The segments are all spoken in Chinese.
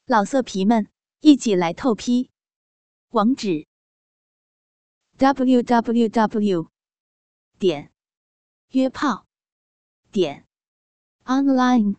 老色皮们，一起来透批！网址 www.约炮online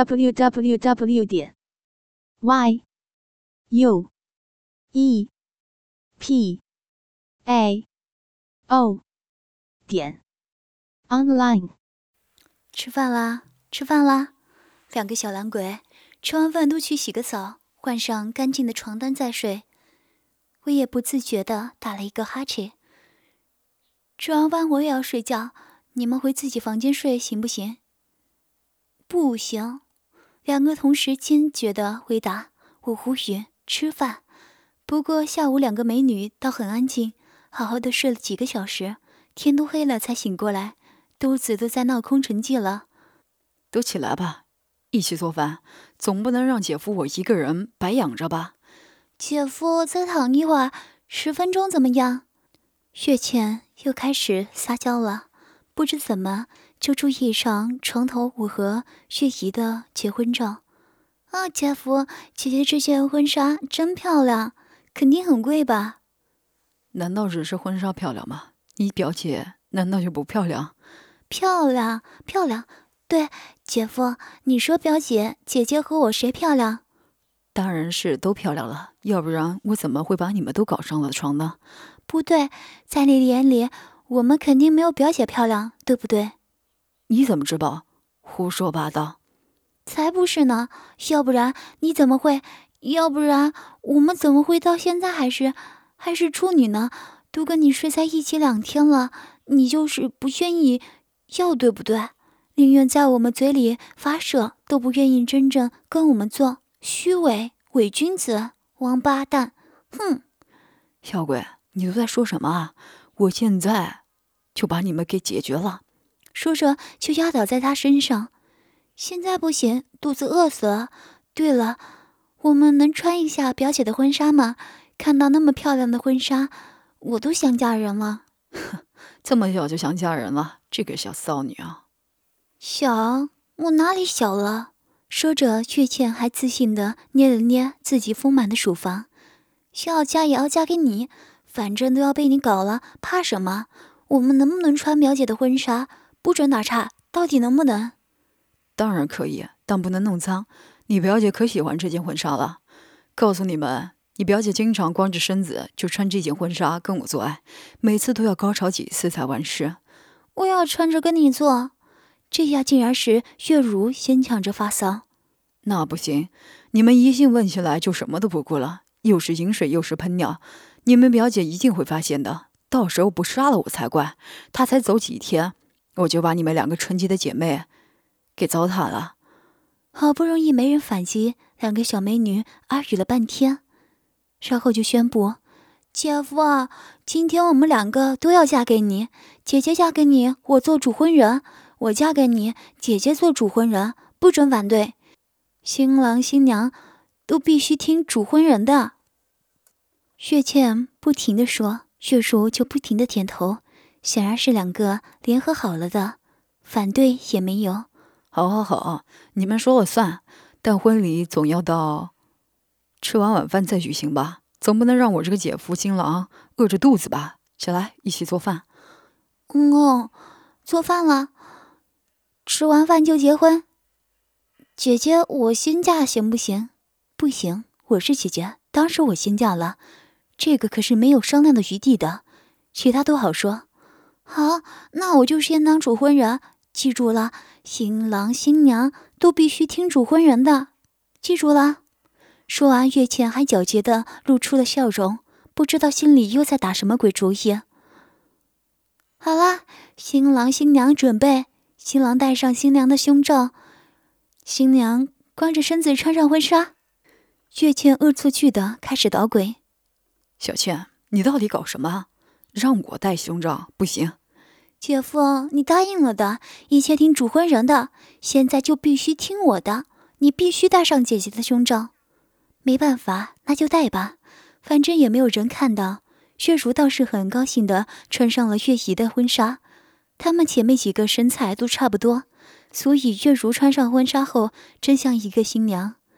www.yuepao.online。 吃饭啦，吃饭啦！两个小懒鬼，吃完饭都去洗个澡，换上干净的床单再睡。我也不自觉地打了一个哈欠。吃完饭我也要睡觉，你们回自己房间睡行不行？不行。两个同时坚决地回答。我无语，吃饭。不过下午两个美女倒很安静，好好的睡了几个小时，天都黑了才醒过来，肚子都在闹空城计了。 都起来吧，一起做饭，总不能让姐夫我一个人白养着吧。 姐夫，再躺一会儿，10分钟怎么样？月倩又开始撒娇了，不知怎么就注意上床头我和月姨的结婚照。啊，姐夫，姐姐这件婚纱真漂亮，肯定很贵吧？ 难道只是婚纱漂亮吗？你表姐难道就不漂亮？ 漂亮，漂亮。对，姐夫，你说表姐、姐姐和我谁漂亮？ 当然是都漂亮了，要不然我怎么会把你们都搞上了床呢？ 不对，在你眼里，我们肯定没有表姐漂亮，对不对？ 你怎么知道？胡说八道！ 才不是呢，要不然你怎么会？要不然我们怎么会到现在还是处女呢？都跟你睡在一起2天了，你就是不愿意要，对不对？宁愿在我们嘴里发射，都不愿意真正跟我们做，虚伪伪君子，王八蛋！哼！ 小鬼，你都在说什么啊？我现在就把你们给解决了。 说着就压倒在他身上。现在不行，肚子饿死了。对了，我们能穿一下表姐的婚纱吗？看到那么漂亮的婚纱，我都想嫁人了。 这么小就想嫁人了，这个小骚女啊！ 小？我哪里小了？说着，月倩还自信地捏了捏自己丰满的乳房。要嫁也要嫁给你，反正都要被你搞了，怕什么？我们能不能穿表姐的婚纱？不准打岔，到底能不能？ 当然可以，但不能弄脏。你表姐可喜欢这件婚纱了。告诉你们，你表姐经常光着身子就穿这件婚纱跟我做爱，每次都要高潮几次才完事。 我要穿着跟你做。这下竟然是月如先抢着发骚。 那不行，你们一性问起来就什么都不顾了，又是饮水又是喷尿，你们表姐一定会发现的，到时候不杀了我才怪。她才走几天，我就把你们两个纯洁的姐妹给糟蹋了。 好不容易没人反击，两个小美女耳语了半天，然后就宣布：姐夫啊，今天我们两个都要嫁给你，姐姐嫁给你，我做主婚人；我嫁给你，姐姐做主婚人，不准反对。新郎新娘都必须听主婚人的。月倩不停地说，月如就不停地点头，显然是两个联合好了的，反对也没有。 好好好，你们说了算，但婚礼总要到吃完晚饭再举行吧，总不能让我这个姐夫新郎饿着肚子吧？起来，一起做饭。 做饭了，吃完饭就结婚。姐姐，我先嫁行不行？不行，我是姐姐，当时我先嫁了，这个可是没有商量的余地的，其他都好说。好，那我就先当主婚人，记住了，新郎新娘都必须听主婚人的，记住了。说完，月倩还皎洁地露出了笑容，不知道心里又在打什么鬼主意。好了，新郎新娘准备，新郎戴上新娘的胸罩，新娘光着身子穿上婚纱。月倩恶作剧地开始捣鬼。 小倩，你到底搞什么？让我戴胸罩不行。 姐夫，你答应了的，一切听主婚人的，现在就必须听我的，你必须戴上姐姐的胸罩。没办法，那就戴吧，反正也没有人看到。月如倒是很高兴地穿上了月姨的婚纱，她们姐妹几个身材都差不多，所以月如穿上婚纱后真像一个新娘。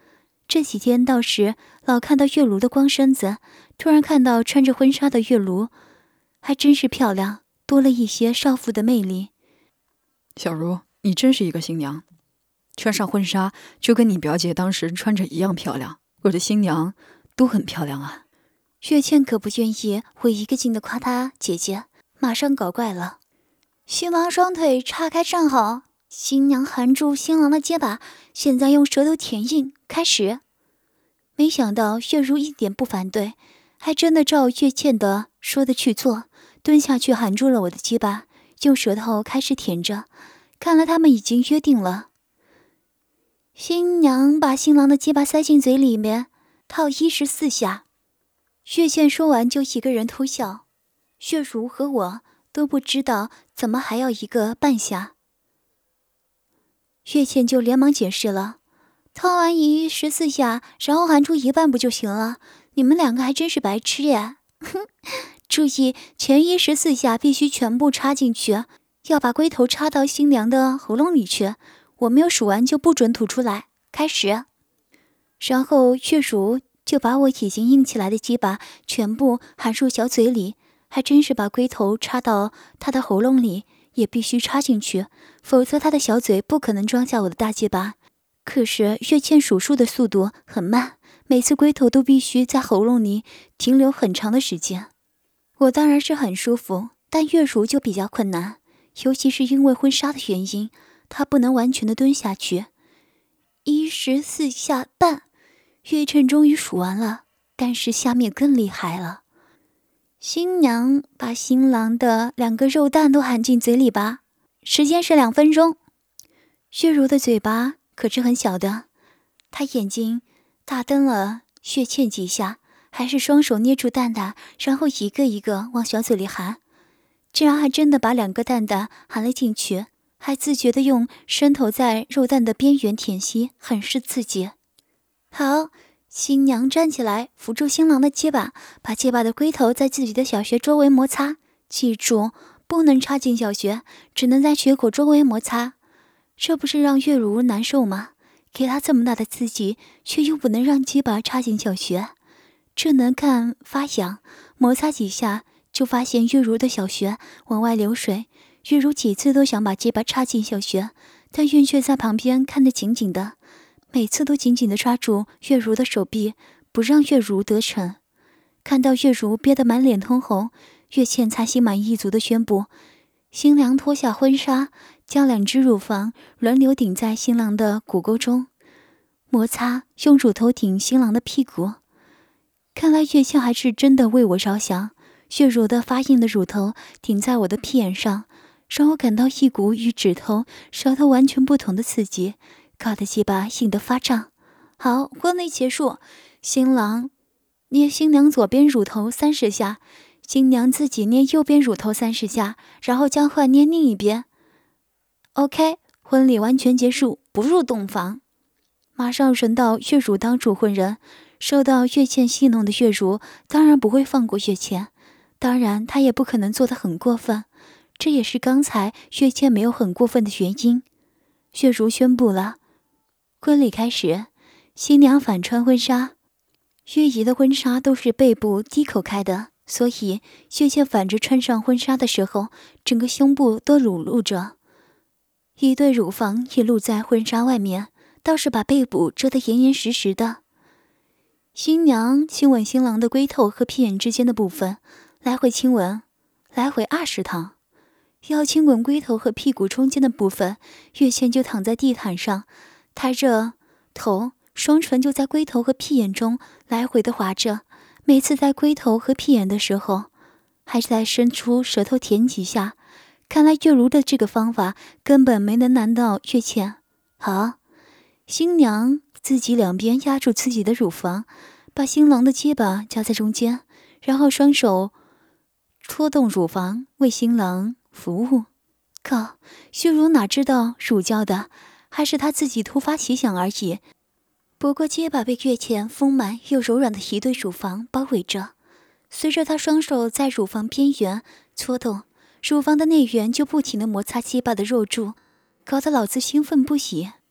这几天倒是老看到月如的光身子，突然看到穿着婚纱的月如，还真是漂亮，多了一些少妇的魅力。 小茹，你真是一个新娘，穿上婚纱就跟你表姐当时穿着一样漂亮。我的新娘都很漂亮啊。 月倩可不愿意会一个劲的夸她姐姐，马上搞怪了。新郎双腿叉开站好，新娘含住新郎的肩膀，现在用舌头舔印，开始。没想到月如一点不反对，还真的照月倩的说的去做，蹲下去含住了我的鸡巴，用舌头开始舔着。看来他们已经约定了。新娘把新郎的鸡巴塞进嘴里面，套14下。月倩说完就一个人偷笑，月如和我都不知道怎么还要一个半下。月倩就连忙解释了，套完14下，然后含出一半不就行了？你们两个还真是白痴呀！哼，注意前14下必须全部插进去，要把龟头插到新娘的喉咙里去，我没有数完就不准吐出来。开始。然后月如就把我已经硬起来的鸡巴全部含入小嘴里，还真是把龟头插到他的喉咙里，也必须插进去，否则他的小嘴不可能装下我的大鸡巴。可是月倩数数的速度很慢，每次龟头都必须在喉咙里停留很长的时间。我当然是很舒服，但月如就比较困难，尤其是因为婚纱的原因，她不能完全的蹲下去。14下半，月倩终于数完了，但是下面更厉害了。新娘把新郎的2个肉蛋都含进嘴里吧，时间是2分钟。月如的嘴巴可是很小的，她眼睛大瞪了月倩几下，还是双手捏住蛋蛋，然后一个一个往小嘴里含，竟然还真的把2个蛋蛋含了进去，还自觉地用伸头在肉蛋的边缘舔吸，很是刺激。好，新娘站起来，扶住新郎的肩膀，把肩膀的龟头在自己的小穴周围摩擦，记住不能插进小穴，只能在穴口周围摩擦。这不是让月如难受吗？给她这么大的刺激，却又不能让鸡巴插进小穴，这能看发痒。摩擦几下就发现月如的小穴往外流水，月如几次都想把鸡巴插进小穴，但月却在旁边看得紧紧的，每次都紧紧地抓住月如的手臂，不让月如得逞。看到月如憋得满脸通红，月倩才心满意足地宣布，新娘脱下婚纱，将2只乳房轮流顶在新郎的骨沟中，摩擦，用乳头顶新郎的屁股。看来月倩还是真的为我着想，月如的发硬的乳头顶在我的屁眼上，让我感到一股与指头、舌头完全不同的刺激，搞得鸡巴硬得发胀。好，婚礼结束，新郎捏新娘左边乳头30下，新娘自己捏右边乳头30下，然后交换捏另一边。OK， 婚礼完全结束，不入洞房。马上轮到月如当主婚人，受到月倩戏弄的月如当然不会放过月倩，当然她也不可能做得很过分，这也是刚才月倩没有很过分的原因。月如宣布了，婚礼开始，新娘反穿婚纱。月姨的婚纱都是背部低口开的，所以月倩反着穿上婚纱的时候，整个胸部都裸露着，一对乳房也露在婚纱外面，倒是把背部遮得严严实实的。新娘亲吻新郎的龟头和屁眼之间的部分，来回亲吻，来回20趟。要亲吻龟头和屁股中间的部分，月倩就躺在地毯上，抬着头，双唇就在龟头和屁眼中来回的划着。每次在龟头和屁眼的时候，还是在伸出舌头舔几下。看来月如的这个方法根本没能难到月倩。好，新娘自己两边压住自己的乳房，把新郎的鸡巴夹在中间，然后双手戳动乳房为新郎服务。靠，月如哪知道乳胶的，还是她自己突发奇想而已。不过鸡巴被月倩丰满又柔软的一对乳房包围着，随着她双手在乳房边缘搓动，乳房的内缘就不停地摩擦鸡巴的肉柱，搞得老子兴奋不已。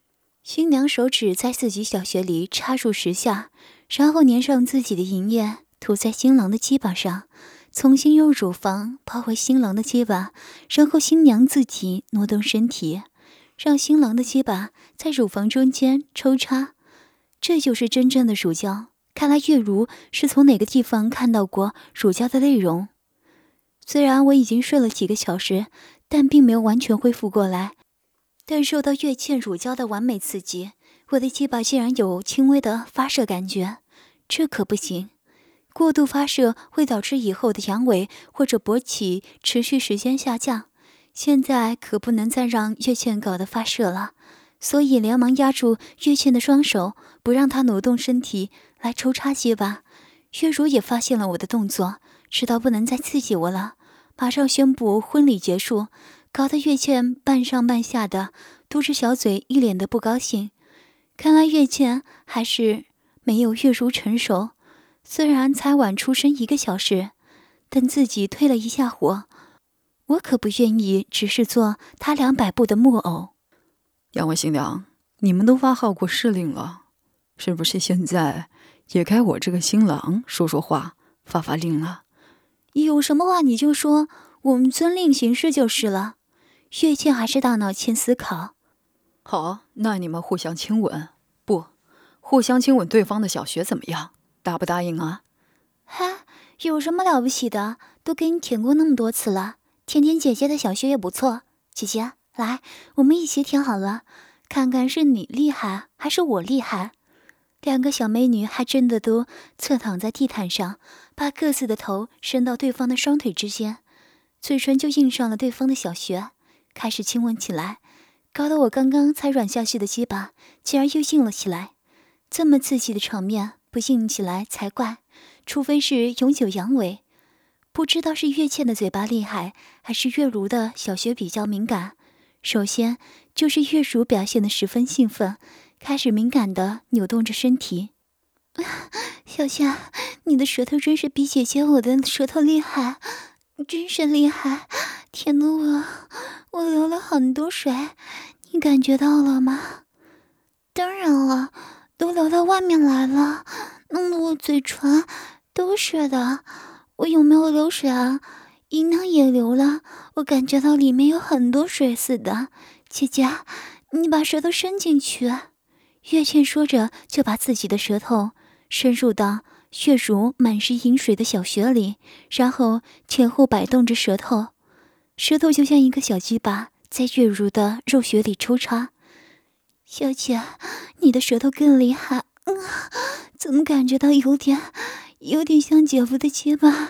新娘手指在自己小穴里插入10下，然后粘上自己的银液，涂在新郎的鸡巴上，重新用乳房包围新郎的鸡巴，然后新娘自己挪动身体，让新郎的鸡巴在乳房中间抽插。这就是真正的乳胶。看来月如是从哪个地方看到过乳胶的内容。虽然我已经睡了几个小时，但并没有完全恢复过来。但受到月倩乳胶的完美刺激，我的鸡巴竟然有轻微的发射感觉，这可不行。过度发射会导致以后的阳痿或者勃起持续时间下降，现在可不能再让月倩搞得发射了，所以连忙压住月倩的双手，不让她挪动身体来抽插鸡巴。月如也发现了我的动作，知道不能再刺激我了，马上宣布婚礼结束，搞得月倩半上半下的嘟着小嘴，一脸的不高兴。看来月倩还是没有月如成熟，虽然才晚出生1个小时，但自己退了一下火，我可不愿意只是做她200步的木偶。 两位新娘，你们都发号过施令了，是不是现在也该我这个新郎说说话，发发令了？ 有什么话你就说，我们遵令行事就是了。月倩还是大脑前思考。 好，那你们互相亲吻，不，互相亲吻对方的小穴怎么样？答不答应啊？ 哈，有什么了不起的？都给你舔过那么多次了，舔舔姐姐的小穴也不错。姐姐，来，我们一起舔好了，看看是你厉害还是我厉害。2个小美女还真的都侧躺在地毯上，把各自的头伸到对方的双腿之间，嘴唇就印上了对方的小穴，开始亲吻起来，搞得我刚刚才软下去的鸡巴竟然又硬了起来。这么刺激的场面，不硬起来才怪，除非是永久阳痿。不知道是月倩的嘴巴厉害，还是月如的小穴比较敏感。首先就是月如表现得十分兴奋，开始敏感地扭动着身体。小倩，你的舌头真是比姐姐我的舌头厉害，真是厉害，甜得我流了很多水，你感觉到了吗？当然了，都流到外面来了，弄得我嘴唇都是的。我有没有流水啊？阴囊也流了，我感觉到里面有很多水似的。姐姐，你把舌头伸进去。月倩说着，就把自己的舌头深入到月如满是饮水的小穴里，然后前后摆动着舌头，舌头就像一个小鸡巴在月如的肉穴里抽插。小姐，你的舌头更厉害，怎么感觉到有点像姐夫的鸡巴？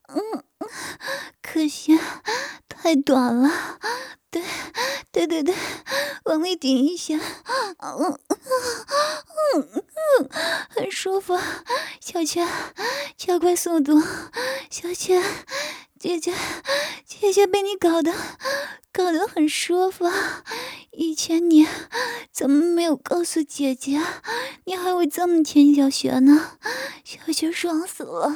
可惜太短了。对，往里顶一下，很舒服。小倩，加快速度。小倩，姐姐被你搞得很舒服。以前你怎么没有告诉姐姐，你还会这么舔小雪呢？小雪爽死了。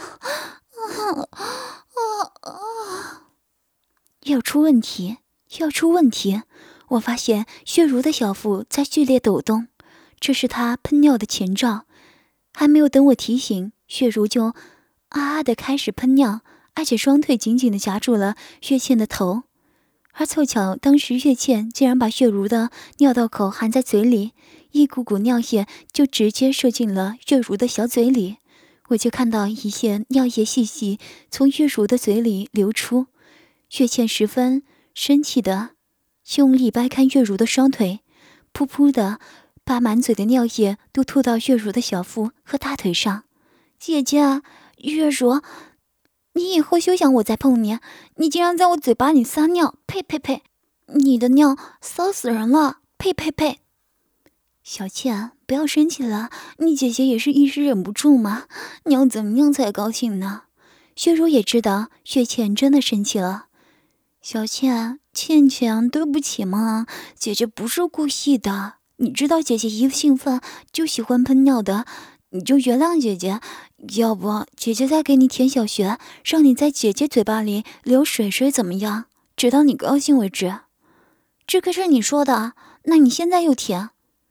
要出问题！我发现月如的小腹在剧烈抖动，这是她喷尿的前兆。还没有等我提醒，月如就的开始喷尿，而且双腿紧紧地夹住了月倩的头。而凑巧当时月倩竟然把月如的尿道口含在嘴里，一股股尿液就直接射进了月如的小嘴里。我就看到一些尿液细细从月如的嘴里流出。月倩十分生气的用力掰开月如的双腿，噗噗的把满嘴的尿液都吐到月如的小腹和大腿上。姐姐，月如，你以后休想我再碰你！你竟然在我嘴巴里撒尿！呸！你的尿骚死人了！呸！小倩，不要生气了，你姐姐也是一时忍不住嘛。你要怎么样才高兴呢？月如也知道月倩真的生气了。小倩，对不起嘛，姐姐不是故意的。你知道姐姐一兴奋就喜欢喷尿的，你就原谅姐姐。要不姐姐再给你舔小穴，让你在姐姐嘴巴里流水怎么样？直到你高兴为止。这可是你说的，那你现在又舔。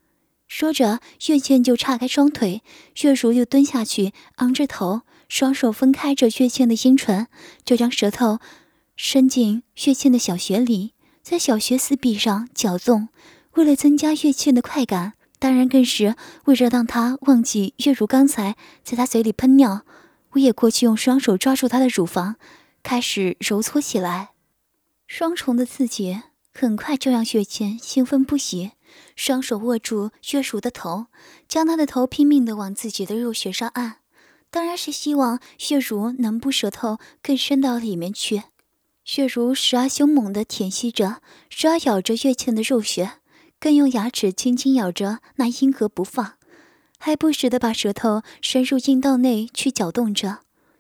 说着，月倩就岔开双腿，月如又蹲下去，昂着头，双手分开着月倩的阴唇，就将舌头伸进月倩的小穴里，在小穴四壁上搅动。为了增加月倩的快感，当然更是为了让她忘记月如刚才在她嘴里喷尿，我也过去用双手抓住她的乳房，开始揉搓起来。双重的刺激很快就让月倩兴奋不已，双手握住月如的头，将她的头拼命地往自己的肉穴上按，当然是希望月如能部舌头更深到里面去。月如时而凶猛地舔吸着，时而咬着月倩的肉穴，更用牙齿轻轻咬着那阴核不放，还不时地把舌头伸入阴道内去搅动着。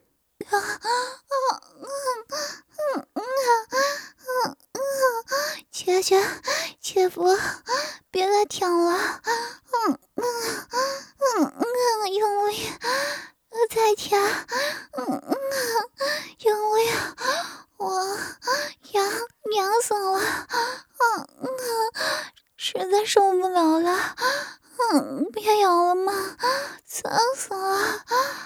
姐姐，姐夫，别再舔了，用力，再舔，用力，我痒死了，实在受不了了，别咬了嘛，疼死了，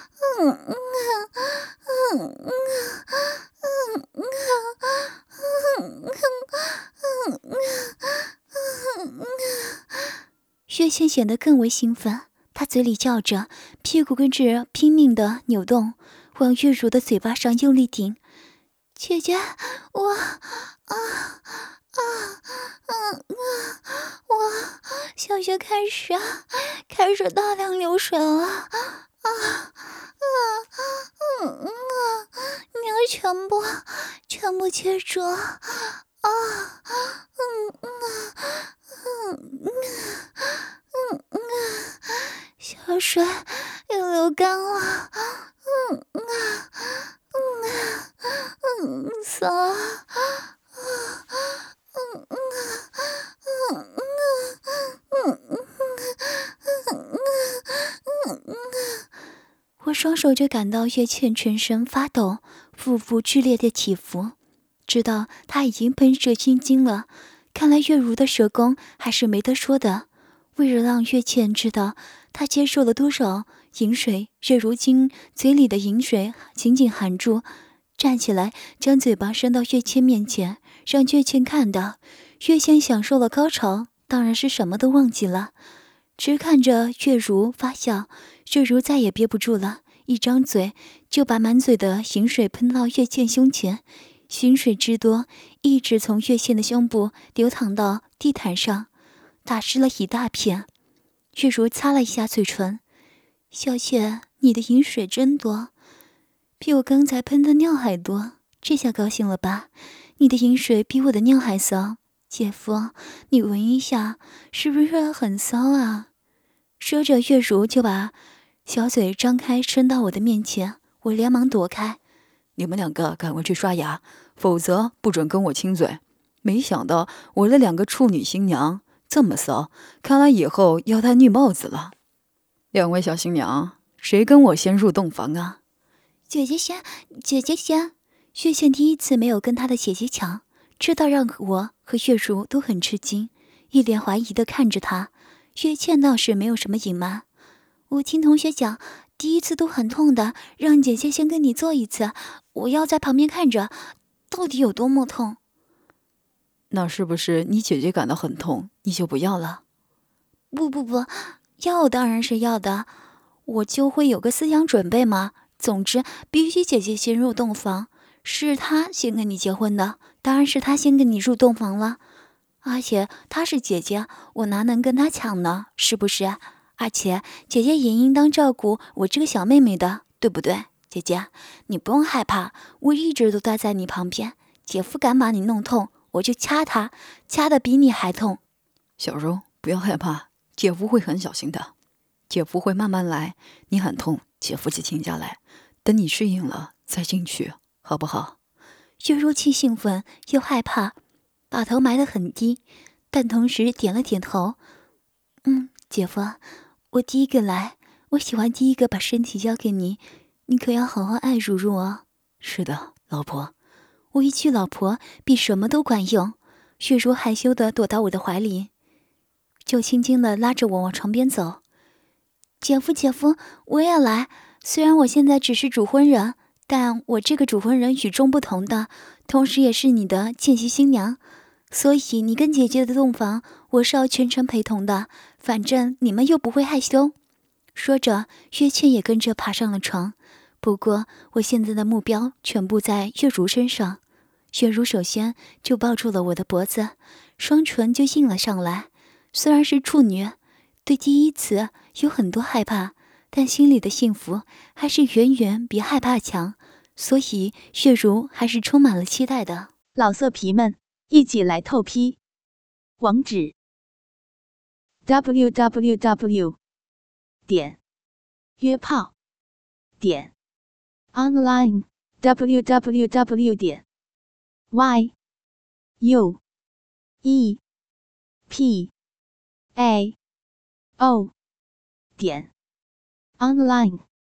月倩显得更为兴奋，她嘴里叫着，屁股跟着拼命地扭动，往月如的嘴巴上用力顶。姐姐，我小穴开始大量流水了，你要全部接住，小水又流干了，死了，我双手就感到月倩全身发抖，腹部剧烈的起伏，知道她已经喷射心经了。看来月如的舌功还是没得说的。为了让月倩知道她接受了多少饮水，月如今嘴里的饮水紧紧含住，站起来将嘴巴伸到月倩面前，让月倩看到。月倩享受了高潮，当然是什么都忘记了，只看着月如发笑。月如再也憋不住了，一张嘴就把满嘴的饮水喷到月倩胸前，饮水之多一直从月倩的胸部流淌到地毯上，打湿了一大片。月如擦了一下嘴唇，小倩，你的饮水真多，比我刚才喷的尿还多，这下高兴了吧？你的饮水比我的尿还骚，姐夫，你闻一下，是不是很骚啊？说着，月如就把小嘴张开伸到我的面前，我连忙躲开。 你们两个赶快去刷牙，否则不准跟我亲嘴。没想到我的2个处女新娘这么骚，看来以后要戴绿帽子了。2位小新娘，谁跟我先入洞房啊？ 姐姐先，姐姐先。月倩第一次没有跟她的姐姐抢，这倒让我和月如都很吃惊，一脸怀疑地看着她。月倩倒是没有什么隐瞒，我听同学讲，第一次都很痛的，让姐姐先跟你做一次，我要在旁边看着，到底有多么痛。 那是不是你姐姐感到很痛，你就不要了？ 不，要当然是要的，我就会有个思想准备嘛。总之，必须姐姐先入洞房，是她先跟你结婚的，当然是她先跟你入洞房了。而且她是姐姐，我哪能跟她抢呢？是不是？而且姐姐也应当照顾我这个小妹妹的，对不对？姐姐，你不用害怕，我一直都待在你旁边。姐夫敢把你弄痛，我就掐他，掐得比你还痛。 小柔，不要害怕，姐夫会很小心的，姐夫会慢慢来。你很痛，姐夫就停下来，等你适应了再进去，好不好？ 月如既兴奋又害怕，把头埋得很低，但同时点了点头。姐夫，我第一个来，我喜欢第一个把身体交给你，你可要好好爱如如哦。 是的，老婆。 我一句老婆比什么都管用。月如害羞地躲到我的怀里。 就轻轻地拉着我往床边走。姐夫，姐夫，我也来。虽然我现在只是主婚人，但我这个主婚人与众不同的，同时也是你的见习新娘，所以你跟姐姐的洞房，我是要全程陪同的。反正你们又不会害羞。说着，月倩也跟着爬上了床。不过，我现在的目标全部在月如身上。月如首先就抱住了我的脖子，双唇就印了上来。虽然是处女，对第一次有很多害怕，但心里的幸福还是远远比害怕强，所以月如还是充满了期待的。 老色皮们，一起来透批！网址 www.约炮.online www.yuepao.online